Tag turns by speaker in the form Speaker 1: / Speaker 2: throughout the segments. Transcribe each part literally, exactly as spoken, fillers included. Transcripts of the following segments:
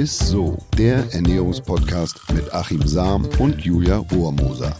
Speaker 1: Ist so, der Ernährungspodcast mit Achim Sam und Julia Rohrmoser.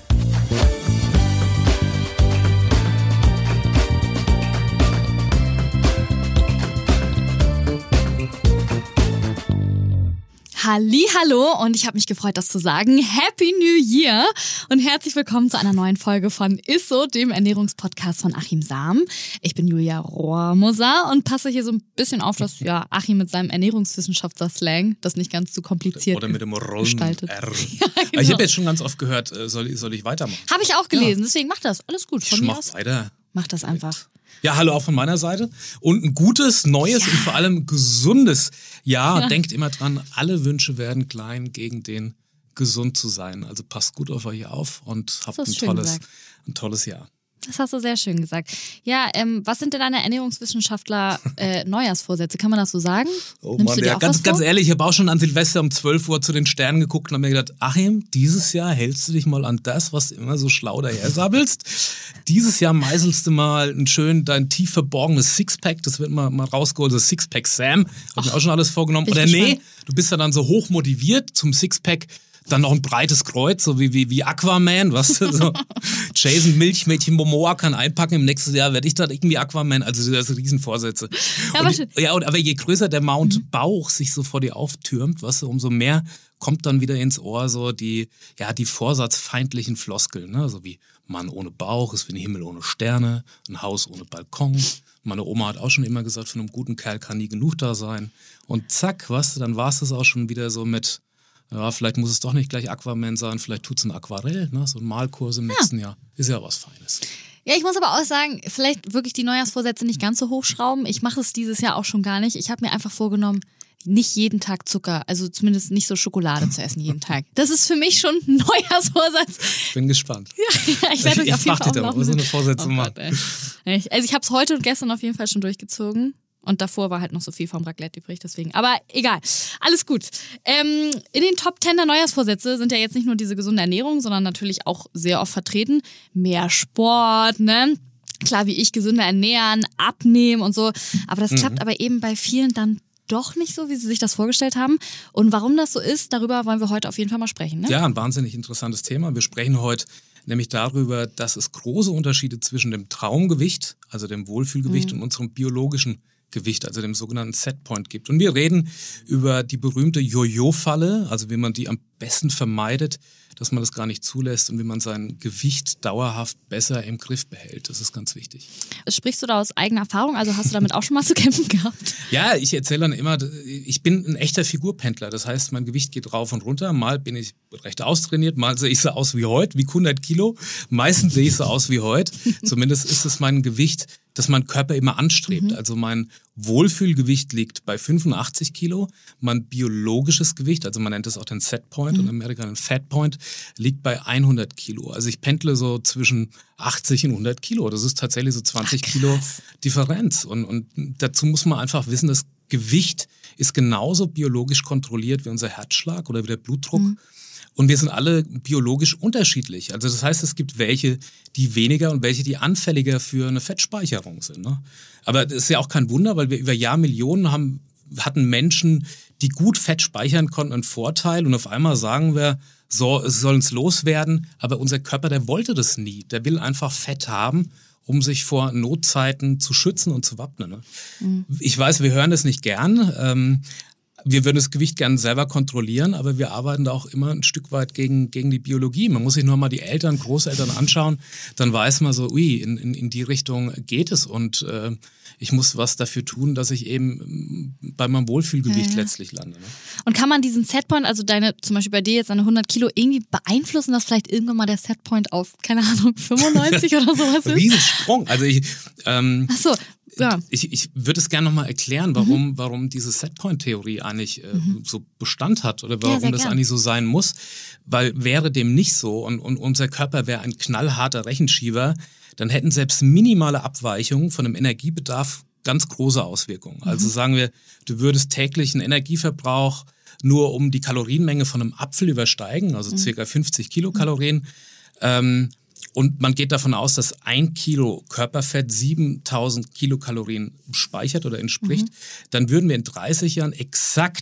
Speaker 2: Hallihallo und ich habe mich gefreut, das zu sagen. Happy New Year und herzlich willkommen zu einer neuen Folge von Ist so, dem Ernährungspodcast von Achim Sam. Ich bin Julia Rohrmoser und passe hier so ein bisschen auf, dass ja, Achim mit seinem Ernährungswissenschaftler-Slang das nicht ganz zu kompliziert
Speaker 3: Oder mit dem Rollen
Speaker 2: gestaltet.
Speaker 3: R.
Speaker 2: Ja, genau.
Speaker 3: Ich habe jetzt schon ganz oft gehört, soll, soll ich weitermachen?
Speaker 2: Habe ich auch gelesen,
Speaker 3: Ja.
Speaker 2: deswegen mach das. Alles gut. Von
Speaker 3: Ich
Speaker 2: mir
Speaker 3: mach
Speaker 2: aus.
Speaker 3: weiter.
Speaker 2: Mach das einfach.
Speaker 3: Ja, hallo auch von meiner Seite. Und ein gutes, neues
Speaker 2: Ja.
Speaker 3: und vor allem gesundes Jahr.
Speaker 2: Ja.
Speaker 3: Denkt immer dran, alle Wünsche werden klein gegen den gesund zu sein. Also passt gut auf euch auf und habt
Speaker 2: Das
Speaker 3: ein
Speaker 2: ist schön
Speaker 3: tolles,
Speaker 2: gesagt.
Speaker 3: ein tolles Jahr.
Speaker 2: Das hast du sehr schön gesagt. Ja, ähm, was sind denn deine Ernährungswissenschaftler äh, Neujahrsvorsätze? Kann man das so sagen?
Speaker 3: Oh
Speaker 2: Nimmst
Speaker 3: Mann,
Speaker 2: du dir
Speaker 3: ja,
Speaker 2: auch
Speaker 3: ganz,
Speaker 2: was
Speaker 3: ganz
Speaker 2: vor?
Speaker 3: ehrlich, ich habe auch schon an Silvester um zwölf Uhr zu den Sternen geguckt und habe mir gedacht, Achim, dieses Jahr hältst du dich mal an das, was du immer so schlau daher sabbelst. Dieses Jahr meißelst du mal ein schön dein tief verborgenes Sixpack, das wird mal, mal rausgeholt, das Sixpack Sam, hab mir auch schon alles vorgenommen.
Speaker 2: bin ich
Speaker 3: Oder nee,
Speaker 2: gespannt.
Speaker 3: du bist ja dann so hoch motiviert zum Sixpack, dann noch ein breites Kreuz, so wie, wie, wie Aquaman, was so Jason Milchmädchen Momoa kann einpacken, im nächsten Jahr werde ich dann irgendwie Aquaman, also das sind Riesenvorsätze.
Speaker 2: Ja,
Speaker 3: und,
Speaker 2: warte.
Speaker 3: ja, und, aber je größer der Mount
Speaker 2: Mhm.
Speaker 3: Bauch sich so vor dir auftürmt, weißt du, umso mehr kommt dann wieder ins Ohr so die, ja, die vorsatzfeindlichen Floskeln, ne? So wie Mann ohne Bauch ist wie ein Himmel ohne Sterne, ein Haus ohne Balkon. Meine Oma hat auch schon immer gesagt, von einem guten Kerl kann nie genug da sein. Und zack, weißt du, dann war es das auch schon wieder so mit, ja, vielleicht muss es doch nicht gleich Aquaman sein, vielleicht tut es ein Aquarell, ne? So ein Malkurs im nächsten Jahr. Ist ja was Feines.
Speaker 2: Ja, ich muss aber auch sagen, vielleicht wirklich die Neujahrsvorsätze nicht ganz so hochschrauben. Ich mache es dieses Jahr auch schon gar nicht. Ich habe mir einfach vorgenommen, nicht jeden Tag Zucker, also zumindest nicht so Schokolade zu essen jeden Tag. Das ist für mich schon ein Neujahrsvorsatz.
Speaker 3: Bin gespannt.
Speaker 2: Ja, ich werde euch
Speaker 3: Ich
Speaker 2: auf jeden
Speaker 3: frag
Speaker 2: Fall
Speaker 3: dich
Speaker 2: auch
Speaker 3: doch, was so eine
Speaker 2: noch
Speaker 3: Vorsätze
Speaker 2: oh
Speaker 3: machen.
Speaker 2: Gott, ey. Ich- Also ich habe es heute und gestern auf jeden Fall schon durchgezogen. Und davor war halt noch so viel vom Raclette übrig, deswegen. Aber egal, alles gut. Ähm, in den Top Ten der Neujahrsvorsätze sind ja jetzt nicht nur diese gesunde Ernährung, sondern natürlich auch sehr oft vertreten. Mehr Sport, ne? Klar, wie ich, gesünder ernähren, abnehmen und so. Aber das
Speaker 3: Mhm.
Speaker 2: klappt aber eben bei vielen dann doch nicht so, wie sie sich das vorgestellt haben. Und warum das so ist, darüber wollen wir heute auf jeden Fall mal sprechen. Ne?
Speaker 3: Ja, ein wahnsinnig interessantes Thema. Wir sprechen heute nämlich darüber, dass es große Unterschiede zwischen dem Traumgewicht, also dem Wohlfühlgewicht,
Speaker 2: Mhm.
Speaker 3: und unserem biologischen Gewicht, also dem sogenannten Setpoint gibt. Und wir reden über die berühmte Jojo-Falle, also wie man die am besten vermeidet, dass man das gar nicht zulässt und wie man sein Gewicht dauerhaft besser im Griff behält. Das ist ganz wichtig.
Speaker 2: Sprichst du da aus eigener Erfahrung? Also hast du damit auch schon mal zu kämpfen gehabt?
Speaker 3: Ja, ich erzähle dann immer, ich bin ein echter Figurpendler. Das heißt, mein Gewicht geht rauf und runter. Mal bin ich recht austrainiert, mal sehe ich so aus wie heute, wie hundert Kilo. Meistens sehe ich so aus wie heute. Zumindest ist es mein Gewicht, das mein Körper immer anstrebt.
Speaker 2: Mhm.
Speaker 3: Also mein Wohlfühlgewicht liegt bei fünfundachtzig Kilo. Mein biologisches Gewicht, also man nennt es auch den Setpoint
Speaker 2: Mhm.
Speaker 3: und in Amerika den Fatpoint, liegt bei hundert Kilo. Also ich pendle so zwischen achtzig und hundert Kilo. Das ist tatsächlich so zwanzig Kilo Differenz. Und, und dazu muss man einfach wissen, das Gewicht ist genauso biologisch kontrolliert wie unser Herzschlag oder wie der Blutdruck.
Speaker 2: Mhm.
Speaker 3: Und wir sind alle biologisch unterschiedlich. Also das heißt, es gibt welche, die weniger und welche, die anfälliger für eine Fettspeicherung sind. Ne? Aber das ist ja auch kein Wunder, weil wir über Jahrmillionen haben, hatten Menschen, die gut Fett speichern konnten, einen Vorteil. Und auf einmal sagen wir, so, es soll uns loswerden. Aber unser Körper, der wollte das nie. Der will einfach Fett haben, um sich vor Notzeiten zu schützen und zu wappnen. Ne?
Speaker 2: Mhm.
Speaker 3: Ich weiß, wir hören das nicht gern. Ähm, Wir würden das Gewicht gerne selber kontrollieren, aber wir arbeiten da auch immer ein Stück weit gegen, gegen die Biologie. Man muss sich nur mal die Eltern, Großeltern anschauen, dann weiß man so, ui, in, in, in die Richtung geht es und äh, ich muss was dafür tun, dass ich eben bei meinem Wohlfühlgewicht
Speaker 2: Ja, ja.
Speaker 3: letztlich lande. Ne?
Speaker 2: Und kann man diesen Setpoint, also deine, zum Beispiel bei dir jetzt deine hundert Kilo, irgendwie beeinflussen, dass vielleicht irgendwann mal der Setpoint auf, keine Ahnung, fünfundneunzig oder sowas ist?
Speaker 3: Riesensprung. Also ich, ähm,
Speaker 2: Ach so, ja.
Speaker 3: Ich, ich würde es gerne nochmal erklären, warum, mhm. warum diese Setpoint-Theorie eigentlich äh, mhm. so Bestand hat oder warum
Speaker 2: ja,
Speaker 3: das
Speaker 2: gern.
Speaker 3: eigentlich so sein muss. Weil wäre dem nicht so und, und unser Körper wäre ein knallharter Rechenschieber, dann hätten selbst minimale Abweichungen von dem Energiebedarf ganz große Auswirkungen. Mhm. Also sagen wir, du würdest täglich einen Energieverbrauch nur um die Kalorienmenge von einem Apfel übersteigen, also mhm. circa fünfzig Kilokalorien. Mhm. Ähm, Und man geht davon aus, dass ein Kilo Körperfett siebentausend Kilokalorien speichert oder entspricht. Mhm. Dann würden wir in dreißig Jahren exakt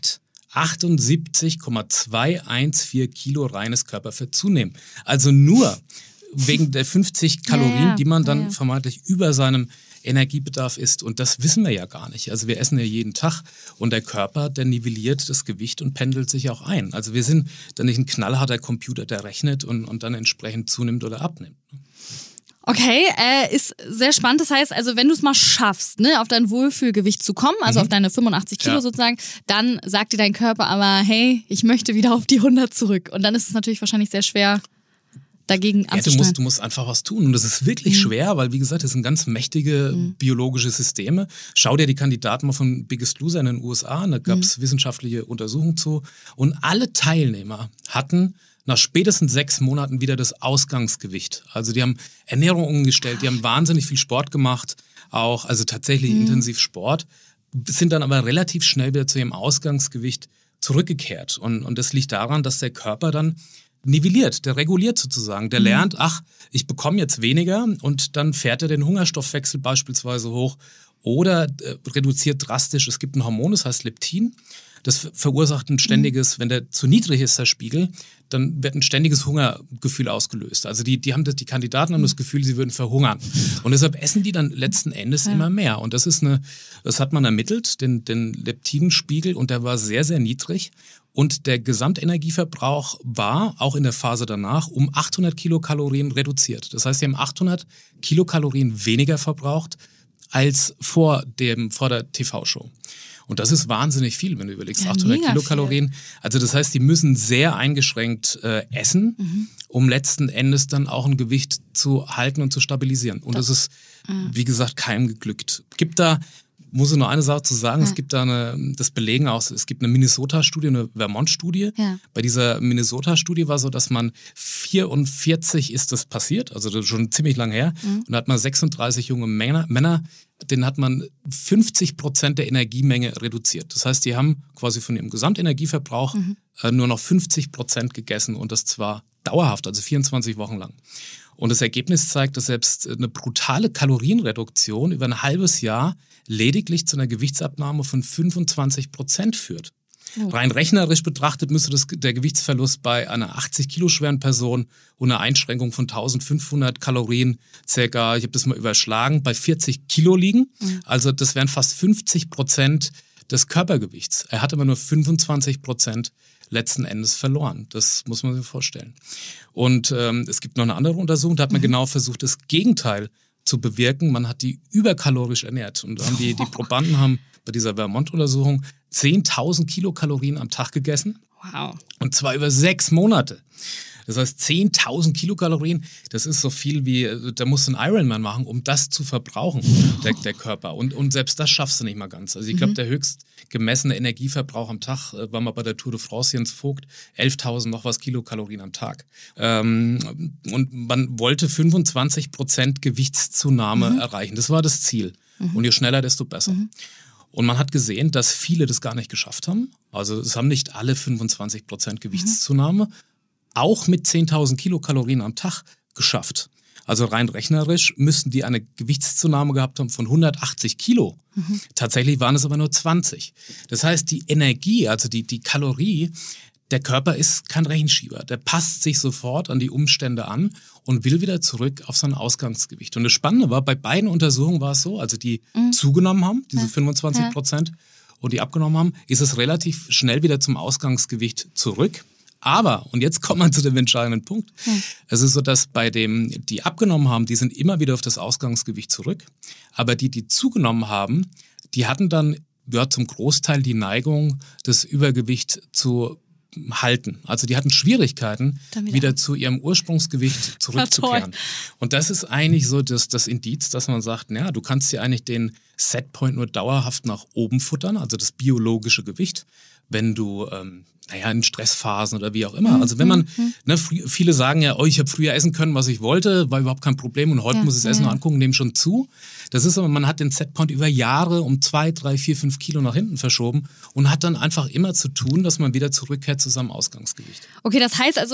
Speaker 3: achtundsiebzig Komma zweihundertvierzehn Kilo reines Körperfett zunehmen. Also nur wegen der fünfzig Kalorien,
Speaker 2: ja, ja.
Speaker 3: die man dann
Speaker 2: ja, ja.
Speaker 3: vermeintlich über seinem Energiebedarf isst. Und das wissen wir ja gar nicht. Also wir essen ja jeden Tag und der Körper, der nivelliert das Gewicht und pendelt sich auch ein. Also wir sind dann nicht ein knallharter Computer, der rechnet und, und dann entsprechend zunimmt oder abnimmt.
Speaker 2: Okay, äh, ist sehr spannend. Das heißt, also wenn du es mal schaffst, ne, auf dein Wohlfühlgewicht zu kommen, also mhm. auf deine fünfundachtzig Kilo
Speaker 3: ja.
Speaker 2: sozusagen, dann sagt dir dein Körper aber, hey, ich möchte wieder auf die hundert zurück. Und dann ist es natürlich wahrscheinlich sehr schwer, dagegen
Speaker 3: ja, du musst, du musst einfach was tun. Und das ist wirklich mhm. schwer, weil, wie gesagt, das sind ganz mächtige mhm. biologische Systeme. Schau dir die Kandidaten mal von Biggest Loser in den U S A an. Da gab es mhm. wissenschaftliche Untersuchungen zu. Und alle Teilnehmer hatten nach spätestens sechs Monaten wieder das Ausgangsgewicht. Also die haben Ernährung umgestellt, die haben wahnsinnig viel Sport gemacht, auch also tatsächlich mhm. intensiv Sport, sind dann aber relativ schnell wieder zu ihrem Ausgangsgewicht zurückgekehrt. Und, und das liegt daran, dass der Körper dann nivelliert, der reguliert sozusagen. Der mhm. lernt, ach, ich bekomme jetzt weniger und dann fährt er den Hungerstoffwechsel beispielsweise hoch oder äh, reduziert drastisch. Es gibt ein Hormon, das heißt Leptin. Das verursacht ein ständiges, wenn der zu niedrig ist, der Spiegel, dann wird ein ständiges Hungergefühl ausgelöst. Also die, die haben das, die Kandidaten haben das Gefühl, sie würden verhungern. Und deshalb essen die dann letzten Endes ja. immer mehr. Und das ist eine, das hat man ermittelt, den, den Leptinspiegel, und der war sehr, sehr niedrig. Und der Gesamtenergieverbrauch war, auch in der Phase danach, um achthundert Kilokalorien reduziert. Das heißt, sie haben achthundert Kilokalorien weniger verbraucht als vor dem, vor der T V-Show. Und das ist wahnsinnig viel, wenn du überlegst, ja, achthundert Kilokalorien. Viel. Also das heißt, die müssen sehr eingeschränkt äh, essen, mhm. um letzten Endes dann auch ein Gewicht zu halten und zu stabilisieren. Und das, das ist, mhm. wie gesagt, keinem geglückt. Gibt da, muss ich noch eine Sache zu sagen, ja. es gibt da eine, das belegen auch, es gibt eine Minnesota-Studie, eine Vermont-Studie. Ja. Bei dieser Minnesota-Studie war so, dass man vierundvierzig ist das passiert, also das ist schon ziemlich lang her, mhm. und da hat man sechsunddreißig junge Männer, Männer den hat man fünfzig Prozent der Energiemenge reduziert. Das heißt, die haben quasi von ihrem Gesamtenergieverbrauch mhm. äh, nur noch fünfzig Prozent gegessen und das zwar dauerhaft, also vierundzwanzig Wochen lang. Und das Ergebnis zeigt, dass selbst eine brutale Kalorienreduktion über ein halbes Jahr lediglich zu einer Gewichtsabnahme von fünfundzwanzig Prozent führt. Oh. Rein rechnerisch betrachtet müsste das, der Gewichtsverlust bei einer achtzig Kilo schweren Person und einer Einschränkung von eintausendfünfhundert Kalorien circa, ich habe das mal überschlagen, bei vierzig Kilo liegen. Mhm. Also das wären fast fünfzig Prozent des Körpergewichts. Er hat aber nur fünfundzwanzig Prozent letzten Endes verloren. Das muss man sich vorstellen. Und ähm, es gibt noch eine andere Untersuchung, da hat man mhm. genau versucht, das Gegenteil zu bewirken. Man hat die überkalorisch ernährt. Und haben die, die Probanden haben bei dieser Vermont-Untersuchung zehntausend Kilokalorien am Tag gegessen.
Speaker 2: Wow.
Speaker 3: Und zwar über sechs Monate. Das heißt, zehntausend Kilokalorien, das ist so viel wie, da musst du einen Ironman machen, um das zu verbrauchen, der, der Körper. Und, und selbst das schaffst du nicht mal ganz. Also ich glaube, mhm. der höchst gemessene Energieverbrauch am Tag äh, war mal bei der Tour de France Jens Vogt, elftausend noch was Kilokalorien am Tag. Ähm, und man wollte fünfundzwanzig Prozent Gewichtszunahme mhm. erreichen. Das war das Ziel. Mhm. Und je schneller, desto besser. Mhm. Und man hat gesehen, dass viele das gar nicht geschafft haben. Also es haben nicht alle fünfundzwanzig Prozent Gewichtszunahme, mhm. auch mit zehntausend Kilokalorien am Tag geschafft. Also rein rechnerisch müssten die eine Gewichtszunahme gehabt haben von hundertachtzig Kilo. Mhm. Tatsächlich waren es aber nur zwanzig. Das heißt, die Energie, also die, die Kalorie, der Körper ist kein Rechenschieber. Der passt sich sofort an die Umstände an und will wieder zurück auf sein Ausgangsgewicht. Und das Spannende war, bei beiden Untersuchungen war es so, also die mhm. zugenommen haben, diese ja. fünfundzwanzig Prozent, ja. und die abgenommen haben, ist es relativ schnell wieder zum Ausgangsgewicht zurück. Aber, und jetzt kommt man zu dem entscheidenden Punkt, hm. es ist so, dass bei dem, die abgenommen haben, die sind immer wieder auf das Ausgangsgewicht zurück. Aber die, die zugenommen haben, die hatten dann ja, zum Großteil die Neigung, das Übergewicht zu halten. Also die hatten Schwierigkeiten, wieder, wieder zu ihrem Ursprungsgewicht zurückzukehren. Und das ist eigentlich so das, das Indiz, dass man sagt, naja, du kannst dir eigentlich den Setpoint nur dauerhaft nach oben futtern, also das biologische Gewicht, wenn du, ähm, naja, in Stressphasen oder wie auch immer. Mhm. Also wenn man, ne, viele sagen ja, oh, ich habe früher essen können, was ich wollte, war überhaupt kein Problem und heute ja, muss ich das Essen ja. noch angucken, nehme schon zu. Das ist aber, man hat den Setpoint über Jahre um zwei, drei, vier, fünf Kilo nach hinten verschoben und hat dann einfach immer zu tun, dass man wieder zurückkehrt zu seinem Ausgangsgewicht.
Speaker 2: Okay, das heißt also,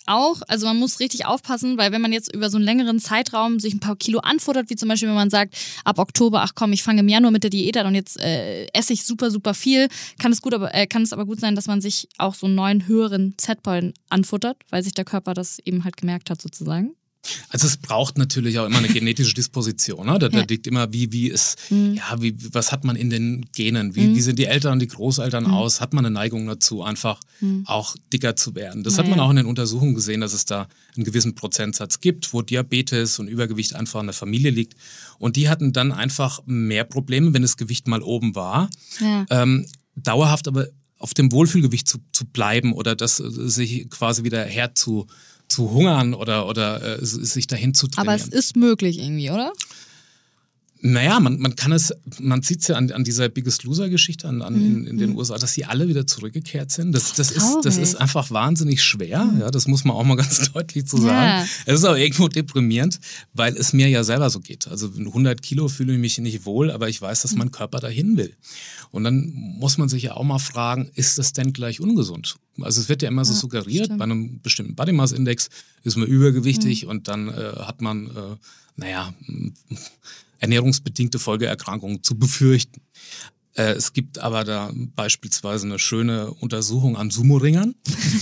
Speaker 2: auch, also man muss richtig aufpassen, weil wenn man jetzt über so einen längeren Zeitraum sich ein paar Kilo anfuttert, wie zum Beispiel, wenn man sagt, ab Oktober, ach komm, ich fange im Januar mit der Diät an und jetzt äh, esse ich super, super viel, kann es gut, aber äh, kann es aber gut sein, dass man sich auch so einen neuen, höheren Setpoint anfuttert, weil sich der Körper das eben halt gemerkt hat sozusagen.
Speaker 3: Also es braucht natürlich auch immer eine genetische Disposition. Ne? Da, da
Speaker 2: ja.
Speaker 3: liegt immer, wie, wie ist,
Speaker 2: mhm.
Speaker 3: ja, wie, was hat man in den Genen? Wie,
Speaker 2: mhm.
Speaker 3: wie sind die Eltern, die Großeltern mhm. aus? Hat man eine Neigung dazu, einfach mhm. auch dicker zu werden? Das ja, hat man ja. auch in den Untersuchungen gesehen, dass es da einen gewissen Prozentsatz gibt, wo Diabetes und Übergewicht einfach in der Familie liegt. Und die hatten dann einfach mehr Probleme, wenn das Gewicht mal oben war. Ja. Ähm, dauerhaft aber auf dem Wohlfühlgewicht zu, zu bleiben oder das sich quasi wieder herzu zu hungern oder, oder äh, sich dahin zu trainieren.
Speaker 2: Aber es ist möglich irgendwie, oder?
Speaker 3: Naja, man, man kann es, man sieht es ja an, an dieser Biggest Loser-Geschichte an, an, in, in den U S A, dass sie alle wieder zurückgekehrt sind. Das, das, ist, das ist einfach wahnsinnig schwer, ja, das muss man auch mal ganz deutlich so sagen. Ja. Es ist auch irgendwo deprimierend, weil es mir ja selber so geht. Also hundert Kilo fühle ich mich nicht wohl, aber ich weiß, dass mein Körper dahin will. Und dann muss man sich ja auch mal fragen, ist das denn gleich ungesund? Also es wird ja immer so ja, suggeriert, stimmt. bei einem bestimmten Body Mass Index ist man übergewichtig mhm. und dann äh, hat man, äh, naja, ernährungsbedingte Folgeerkrankungen zu befürchten. Äh, es gibt aber da beispielsweise eine schöne Untersuchung an Sumo-Ringern.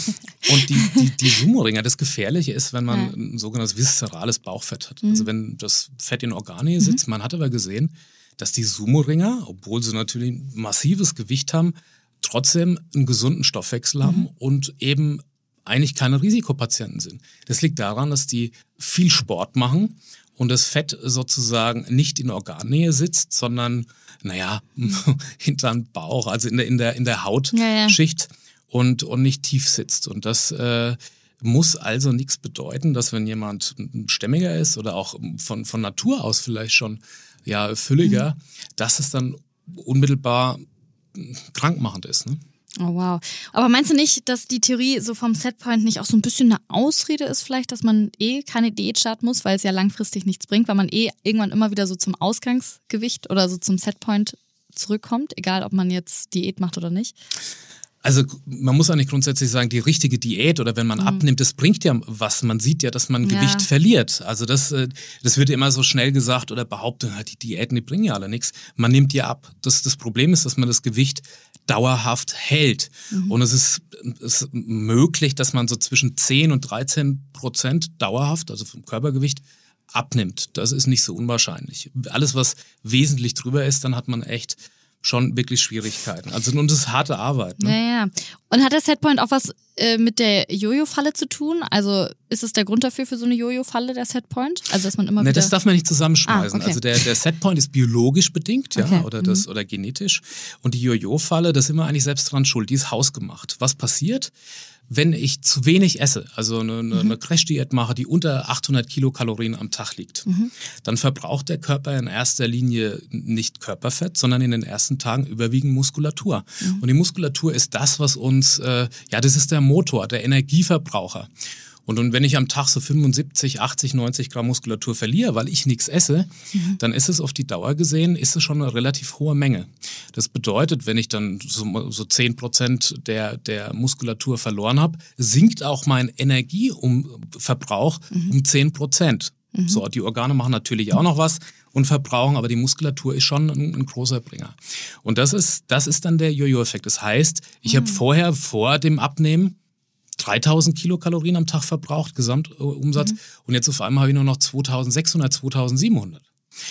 Speaker 3: Und die, die, die Sumo-Ringer, das Gefährliche ist, wenn man ja. ein sogenanntes viszerales Bauchfett hat. Mhm. Also wenn das Fett in Organe sitzt. Mhm. Man hat aber gesehen, dass die Sumo-Ringer, obwohl sie natürlich ein massives Gewicht haben, trotzdem einen gesunden Stoffwechsel haben mhm. und eben eigentlich keine Risikopatienten sind. Das liegt daran, dass die viel Sport machen und das Fett sozusagen nicht in Organnähe sitzt, sondern, naja, hinter dem Bauch, also in der, in der, in der Hautschicht ja, ja. und, und nicht tief sitzt. Und das äh, muss also nichts bedeuten, dass wenn jemand stämmiger ist oder auch von, von Natur aus vielleicht schon ja, fülliger, mhm. dass es dann unmittelbar krankmachend ist, ne?
Speaker 2: Oh wow. Aber meinst du nicht, dass die Theorie so vom Setpoint nicht auch so ein bisschen eine Ausrede ist vielleicht, dass man eh keine Diät starten muss, weil es ja langfristig nichts bringt, weil man eh irgendwann immer wieder so zum Ausgangsgewicht oder so zum Setpoint zurückkommt, egal ob man jetzt Diät macht oder nicht?
Speaker 3: Also man muss eigentlich grundsätzlich sagen, die richtige Diät oder wenn man mhm. abnimmt, das bringt ja was. Man sieht ja, dass man ja. Gewicht verliert. Also das, das wird immer so schnell gesagt oder behauptet, die Diäten, die bringen ja alle nichts. Man nimmt ja ab. Das, das Problem ist, dass man das Gewicht dauerhaft hält. Mhm. Und es ist, es ist möglich, dass man so zwischen zehn und dreizehn Prozent dauerhaft, also vom Körpergewicht, abnimmt. Das ist nicht so unwahrscheinlich. Alles, was wesentlich drüber ist, dann hat man echt schon wirklich Schwierigkeiten. Also und das ist harte Arbeit. Ne?
Speaker 2: Ja, ja. Und hat der Setpoint auch was äh, mit der Jojo-Falle zu tun? Also ist es der Grund dafür für so eine Jojo-Falle, der Setpoint? Also dass man immer
Speaker 3: ne,
Speaker 2: wieder...
Speaker 3: Das darf man nicht zusammenschmeißen.
Speaker 2: Ah, okay.
Speaker 3: Also der, der Setpoint ist biologisch bedingt, ja,
Speaker 2: okay.
Speaker 3: oder, das,
Speaker 2: mhm.
Speaker 3: oder genetisch. Und die Jojo-Falle, da sind wir eigentlich selbst dran schuld. Die ist hausgemacht. Was passiert, wenn ich zu wenig esse, also eine, eine, mhm. eine Crash-Diät mache, die unter achthundert Kilokalorien am Tag liegt, mhm. dann verbraucht der Körper in erster Linie nicht Körperfett, sondern in den ersten Tagen überwiegend Muskulatur. Mhm. Und die Muskulatur ist das, was uns, äh, ja, das ist der Motor, der Energieverbraucher. Und, und wenn ich am Tag so fünfundsiebzig, achtzig, neunzig Gramm Muskulatur verliere, weil ich nichts esse, mhm. dann ist es auf die Dauer gesehen, ist es schon eine relativ hohe Menge. Das bedeutet, wenn ich dann so, so zehn Prozent der, der Muskulatur verloren habe, sinkt auch mein Energieverbrauch mhm. um zehn Prozent. Mhm. So, die Organe machen natürlich auch noch was und verbrauchen, aber die Muskulatur ist schon ein, ein großer Bringer. Und das ist, das ist dann der Jojo-Effekt. Das heißt, ich mhm. habe vorher, vor dem Abnehmen, dreitausend Kilokalorien am Tag verbraucht, Gesamtumsatz. Mhm. Und jetzt auf einmal habe ich nur noch zweitausendsechshundert, zweitausendsiebenhundert.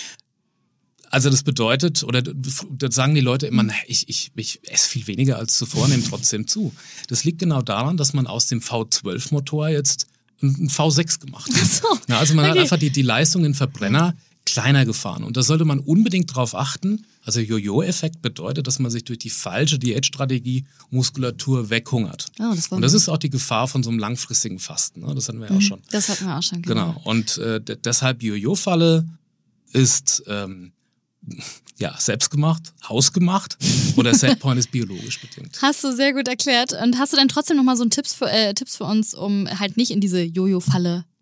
Speaker 3: Also das bedeutet, oder das sagen die Leute immer, ich, ich, ich esse viel weniger als zuvor, nehme trotzdem zu. Das liegt genau daran, dass man aus dem V zwölf Motor jetzt einen V sechs gemacht hat.
Speaker 2: So,
Speaker 3: ja, also man
Speaker 2: okay.
Speaker 3: hat einfach die, die Leistung in Verbrenner kleiner gefahren. Und da sollte man unbedingt drauf achten. Also Jojo-Effekt bedeutet, dass man sich durch die falsche Diätstrategie Muskulatur weghungert. Oh, das und das ist auch die Gefahr von so einem langfristigen Fasten. Ne? Das hatten wir ja mhm, auch schon.
Speaker 2: Das hatten wir auch schon.
Speaker 3: Genau. genau. Und äh, d- deshalb Jojo-Falle ist ähm, ja selbstgemacht, hausgemacht oder Setpoint ist biologisch bedingt.
Speaker 2: Hast du sehr gut erklärt. Und hast du dann trotzdem nochmal so einen Tipps für, äh, Tipps für uns, um halt nicht in diese Jojo-Falle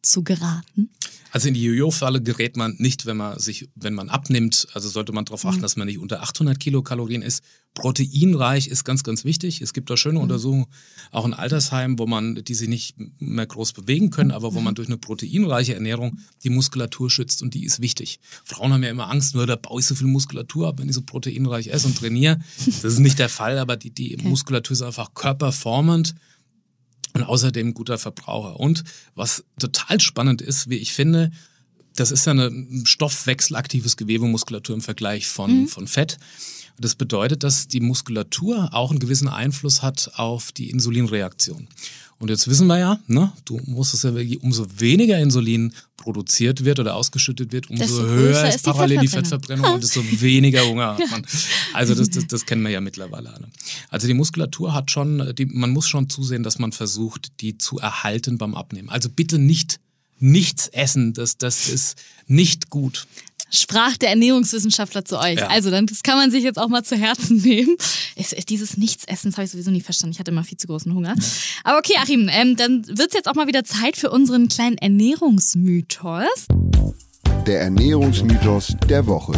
Speaker 2: zu geraten?
Speaker 3: Also in die Jojo-Falle gerät man nicht, wenn man sich, wenn man abnimmt. Also sollte man darauf achten, mhm. dass man nicht unter achthundert Kilokalorien ist. Proteinreich ist ganz, ganz wichtig. Es gibt da schöne mhm. Untersuchungen, auch in Altersheimen, wo man, die sich nicht mehr groß bewegen können, aber wo man durch eine proteinreiche Ernährung die Muskulatur schützt, und die ist wichtig. Frauen haben ja immer Angst, nur da baue ich so viel Muskulatur ab, wenn ich so proteinreich esse und trainiere. Das ist nicht der Fall, aber die, die okay. Muskulatur ist einfach körperformend. Und außerdem guter Verbraucher. Und was total spannend ist, wie ich finde, das ist ja ein stoffwechselaktives Gewebe, Muskulatur im Vergleich von, mhm. von Fett. Das bedeutet, dass die Muskulatur auch einen gewissen Einfluss hat auf die Insulinreaktion. Und jetzt wissen wir ja, ne, du musst es ja wirklich, umso weniger Insulin produziert wird oder ausgeschüttet wird, umso desto höher ist parallel die Fettverbrennung, die Fettverbrennung und desto weniger Hunger hat man. Also das, das, das kennen wir ja mittlerweile alle. Also die Muskulatur hat schon, die, man muss schon zusehen, dass man versucht, die zu erhalten beim Abnehmen. Also bitte nicht nichts essen, das, das ist nicht gut.
Speaker 2: Sprach der Ernährungswissenschaftler zu euch. Ja. Also, dann, das kann man sich jetzt auch mal zu Herzen nehmen. Es, dieses Nichtsessen, das habe ich sowieso nie verstanden. Ich hatte immer viel zu großen Hunger. Aber okay, Achim, ähm, dann wird es jetzt auch mal wieder Zeit für unseren kleinen Ernährungsmythos.
Speaker 1: Der Ernährungsmythos der Woche.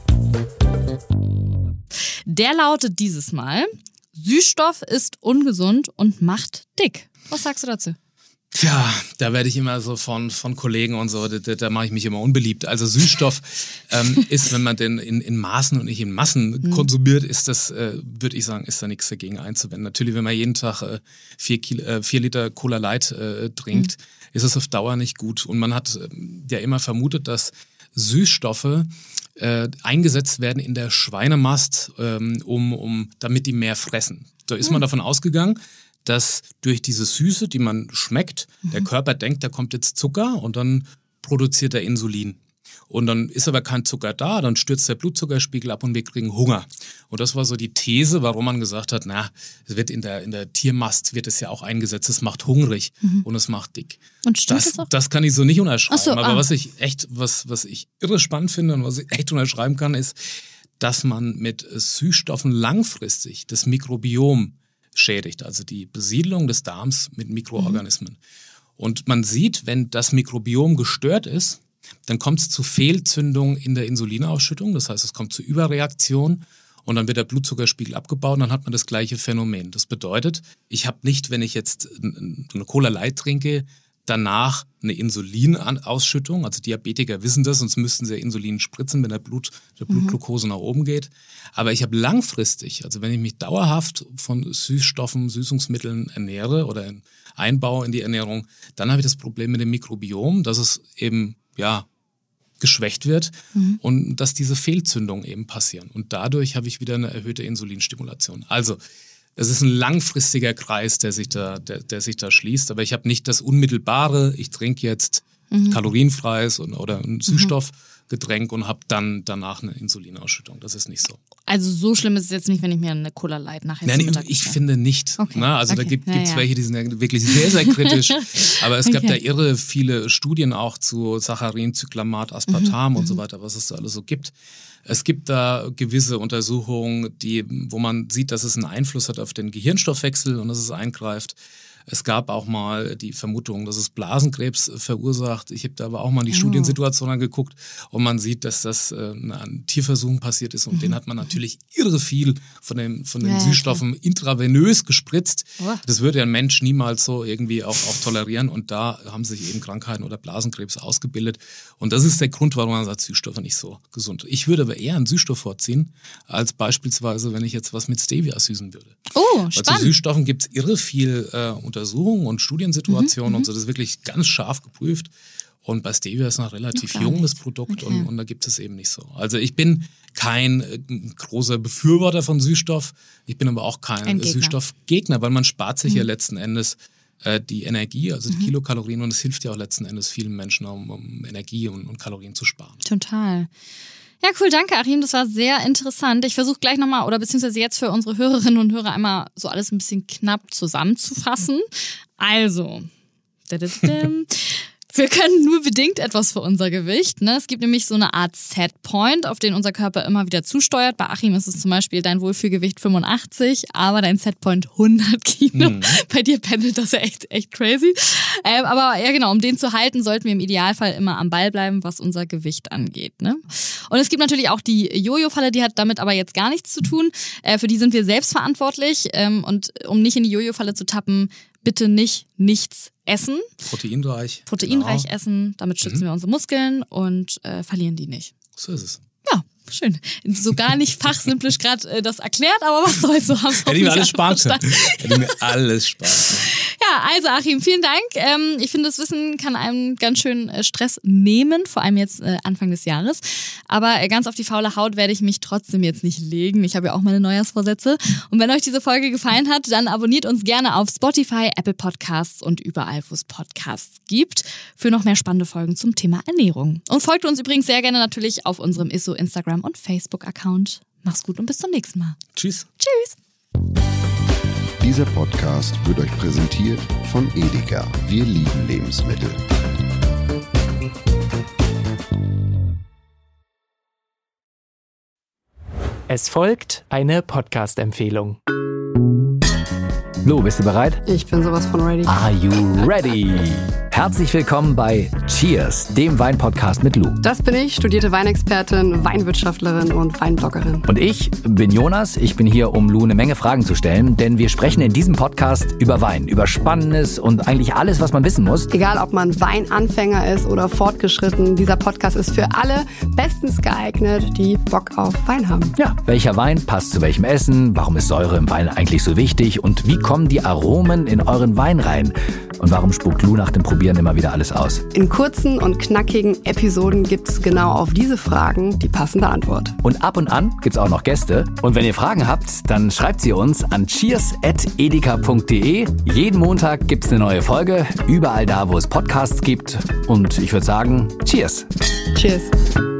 Speaker 2: Der lautet dieses Mal: Süßstoff ist ungesund und macht dick. Was sagst du dazu?
Speaker 3: Tja, da werde ich immer so von, von Kollegen und so, da, da mache ich mich immer unbeliebt. Also Süßstoff ähm, ist, wenn man den in, in Maßen und nicht in Massen mhm. konsumiert, ist das, äh, würde ich sagen, ist da nichts dagegen einzuwenden. Natürlich, wenn man jeden Tag äh, vier, Kilo, äh, vier Liter Cola Light äh, trinkt, mhm. ist es auf Dauer nicht gut. Und man hat äh, ja immer vermutet, dass Süßstoffe äh, eingesetzt werden in der Schweinemast, ähm, um, um, damit die mehr fressen. Da ist mhm. man davon ausgegangen, dass durch diese Süße, die man schmeckt, mhm. der Körper denkt, da kommt jetzt Zucker, und dann produziert er Insulin. Und dann ist aber kein Zucker da, dann stürzt der Blutzuckerspiegel ab und wir kriegen Hunger. Und das war so die These, warum man gesagt hat, na, es wird in der, in der Tiermast wird es ja auch eingesetzt, es macht hungrig mhm. und es macht dick.
Speaker 2: Und stimmt
Speaker 3: das,
Speaker 2: das auch?
Speaker 3: Das kann ich so nicht unterschreiben.
Speaker 2: So,
Speaker 3: aber
Speaker 2: ah.
Speaker 3: was ich echt, was, was ich irre spannend finde und was ich echt unterschreiben kann, ist, dass man mit Süßstoffen langfristig das Mikrobiom schädigt, also die Besiedlung des Darms mit Mikroorganismen. Mhm. Und man sieht, wenn das Mikrobiom gestört ist, dann kommt es zu Fehlzündung in der Insulinausschüttung, das heißt, es kommt zu Überreaktion und dann wird der Blutzuckerspiegel abgebaut und dann hat man das gleiche Phänomen. Das bedeutet, ich habe nicht, wenn ich jetzt eine Cola Light trinke, danach eine Insulinausschüttung, also Diabetiker wissen das, sonst müssten sie ja Insulin spritzen, wenn der Blut, der Blutglucose mhm. nach oben geht. Aber ich habe langfristig, also wenn ich mich dauerhaft von Süßstoffen, Süßungsmitteln ernähre oder einbaue in die Ernährung, dann habe ich das Problem mit dem Mikrobiom, dass es eben, ja, geschwächt wird mhm. und dass diese Fehlzündungen eben passieren. Und dadurch habe ich wieder eine erhöhte Insulinstimulation. Also, es ist ein langfristiger Kreis, der sich da, der, der sich da schließt. Aber ich habe nicht das unmittelbare, ich trinke jetzt mhm. kalorienfreies oder ein Süßstoffgetränk und habe dann danach eine Insulinausschüttung. Das ist nicht so.
Speaker 2: Also so schlimm ist es jetzt nicht, wenn ich mir eine Cola Light nachher
Speaker 3: Nein,
Speaker 2: zum Mittag
Speaker 3: ich
Speaker 2: mache.
Speaker 3: finde nicht.
Speaker 2: Okay.
Speaker 3: Na, also
Speaker 2: okay.
Speaker 3: da gibt es
Speaker 2: ja, ja.
Speaker 3: welche, die sind ja wirklich sehr, sehr kritisch. Aber es gab
Speaker 2: okay.
Speaker 3: da irre viele Studien auch zu Saccharin, Cyclamat, Aspartam
Speaker 2: mhm.
Speaker 3: und so weiter, was es da alles so gibt. Es gibt da gewisse Untersuchungen, die, wo man sieht, dass es einen Einfluss hat auf den Gehirnstoffwechsel und dass es eingreift. Es gab auch mal die Vermutung, dass es Blasenkrebs verursacht. Ich habe da aber auch mal in die oh. Studiensituation angeguckt und man sieht, dass das äh, an Tierversuchen passiert ist und mhm. den hat man natürlich irre viel von den, von den ja, Süßstoffen klar. intravenös gespritzt. Oh. Das würde ja ein Mensch niemals so irgendwie auch, auch tolerieren und da haben sich eben Krankheiten oder Blasenkrebs ausgebildet und das ist der Grund, warum man sagt, Süßstoffe nicht so gesund. Ich würde aber eher einen Süßstoff vorziehen, als beispielsweise, wenn ich jetzt was mit Stevia süßen würde.
Speaker 2: Oh,
Speaker 3: Weil
Speaker 2: spannend.
Speaker 3: zu Süßstoffen gibt es irre viel äh, Untersuchungen und Studiensituationen
Speaker 2: mhm,
Speaker 3: und so. Das ist wirklich ganz scharf geprüft. Und bei Stevia ist noch relativ
Speaker 2: Gar
Speaker 3: jung, das
Speaker 2: nicht.
Speaker 3: Produkt,
Speaker 2: Okay.
Speaker 3: und, und da gibt es eben nicht so. Also ich bin kein äh, großer Befürworter von Süßstoff. Ich bin aber auch kein
Speaker 2: Ein Gegner.
Speaker 3: Süßstoffgegner, weil man spart sich
Speaker 2: mhm.
Speaker 3: ja letzten Endes äh, die Energie, also die
Speaker 2: Mhm.
Speaker 3: Kilokalorien. Und es hilft ja auch letzten Endes vielen Menschen, um, um Energie und, und Kalorien zu sparen.
Speaker 2: Total. Ja, cool, danke Achim, das war sehr interessant. Ich versuche gleich nochmal, oder beziehungsweise jetzt für unsere Hörerinnen und Hörer einmal so alles ein bisschen knapp zusammenzufassen. Also, Wir können nur bedingt etwas für unser Gewicht. Ne? Es gibt nämlich so eine Art Setpoint, auf den unser Körper immer wieder zusteuert. Bei Achim ist es zum Beispiel dein Wohlfühlgewicht fünfundachtzig, aber dein Setpoint hundert Kilo. Mhm. Bei dir pendelt das ja echt, echt crazy. Ähm, aber ja genau, um den zu halten, sollten wir im Idealfall immer am Ball bleiben, was unser Gewicht angeht. Ne? Und es gibt natürlich auch die Jojo-Falle, die hat damit aber jetzt gar nichts zu tun. Äh, für die sind wir selbst verantwortlich. Ähm, und um nicht in die Jojo-Falle zu tappen, bitte nicht nichts essen.
Speaker 3: Proteinreich.
Speaker 2: Proteinreich
Speaker 3: genau.
Speaker 2: essen, damit schützen mhm. wir unsere Muskeln und äh, verlieren die nicht.
Speaker 3: So ist es.
Speaker 2: Ja, schön. So gar nicht fachsimplisch gerade äh, das erklärt, aber was soll's, so haben
Speaker 3: Hätte mir alles Spaß gemacht. Hätte mir alles Spaß gemacht.
Speaker 2: Ja, also Achim, vielen Dank. Ähm, ich finde, das Wissen kann einem ganz schön äh, Stress nehmen, vor allem jetzt äh, Anfang des Jahres. Aber äh, ganz auf die faule Haut werde ich mich trotzdem jetzt nicht legen. Ich habe ja auch meine Neujahrsvorsätze. Und wenn euch diese Folge gefallen hat, dann abonniert uns gerne auf Spotify, Apple Podcasts und überall, wo es Podcasts gibt, für noch mehr spannende Folgen zum Thema Ernährung. Und folgt uns übrigens sehr gerne natürlich auf unserem Isso Instagram und Facebook-Account. Mach's gut und bis zum nächsten Mal.
Speaker 3: Tschüss.
Speaker 2: Tschüss.
Speaker 1: Dieser Podcast wird euch präsentiert von Edeka. Wir lieben Lebensmittel.
Speaker 4: Es folgt eine Podcast-Empfehlung.
Speaker 5: Lu, bist du bereit?
Speaker 6: Ich bin sowas von ready.
Speaker 5: Are you ready? Herzlich willkommen bei Cheers, dem Wein-Podcast mit Lu.
Speaker 6: Das bin ich, studierte Weinexpertin, Weinwirtschaftlerin und Weinbloggerin.
Speaker 5: Und ich bin Jonas. Ich bin hier, um Lu eine Menge Fragen zu stellen, denn wir sprechen in diesem Podcast über Wein, über Spannendes und eigentlich alles, was man wissen muss.
Speaker 6: Egal, ob man Weinanfänger ist oder fortgeschritten, dieser Podcast ist für alle bestens geeignet, die Bock auf Wein haben.
Speaker 5: Ja, welcher Wein passt zu welchem Essen? Warum ist Säure im Wein eigentlich so wichtig? Und wie kommen die Aromen in euren Wein rein? Und warum spuckt Lu nach dem Probieren immer wieder alles aus?
Speaker 6: In kurzen und knackigen Episoden gibt es genau auf diese Fragen die passende Antwort.
Speaker 5: Und ab und an gibt's auch noch Gäste. Und wenn ihr Fragen habt, dann schreibt sie uns an cheers at edeka punkt de. Jeden Montag gibt's eine neue Folge, überall da, wo es Podcasts gibt. Und ich würde sagen, Cheers.
Speaker 6: Cheers.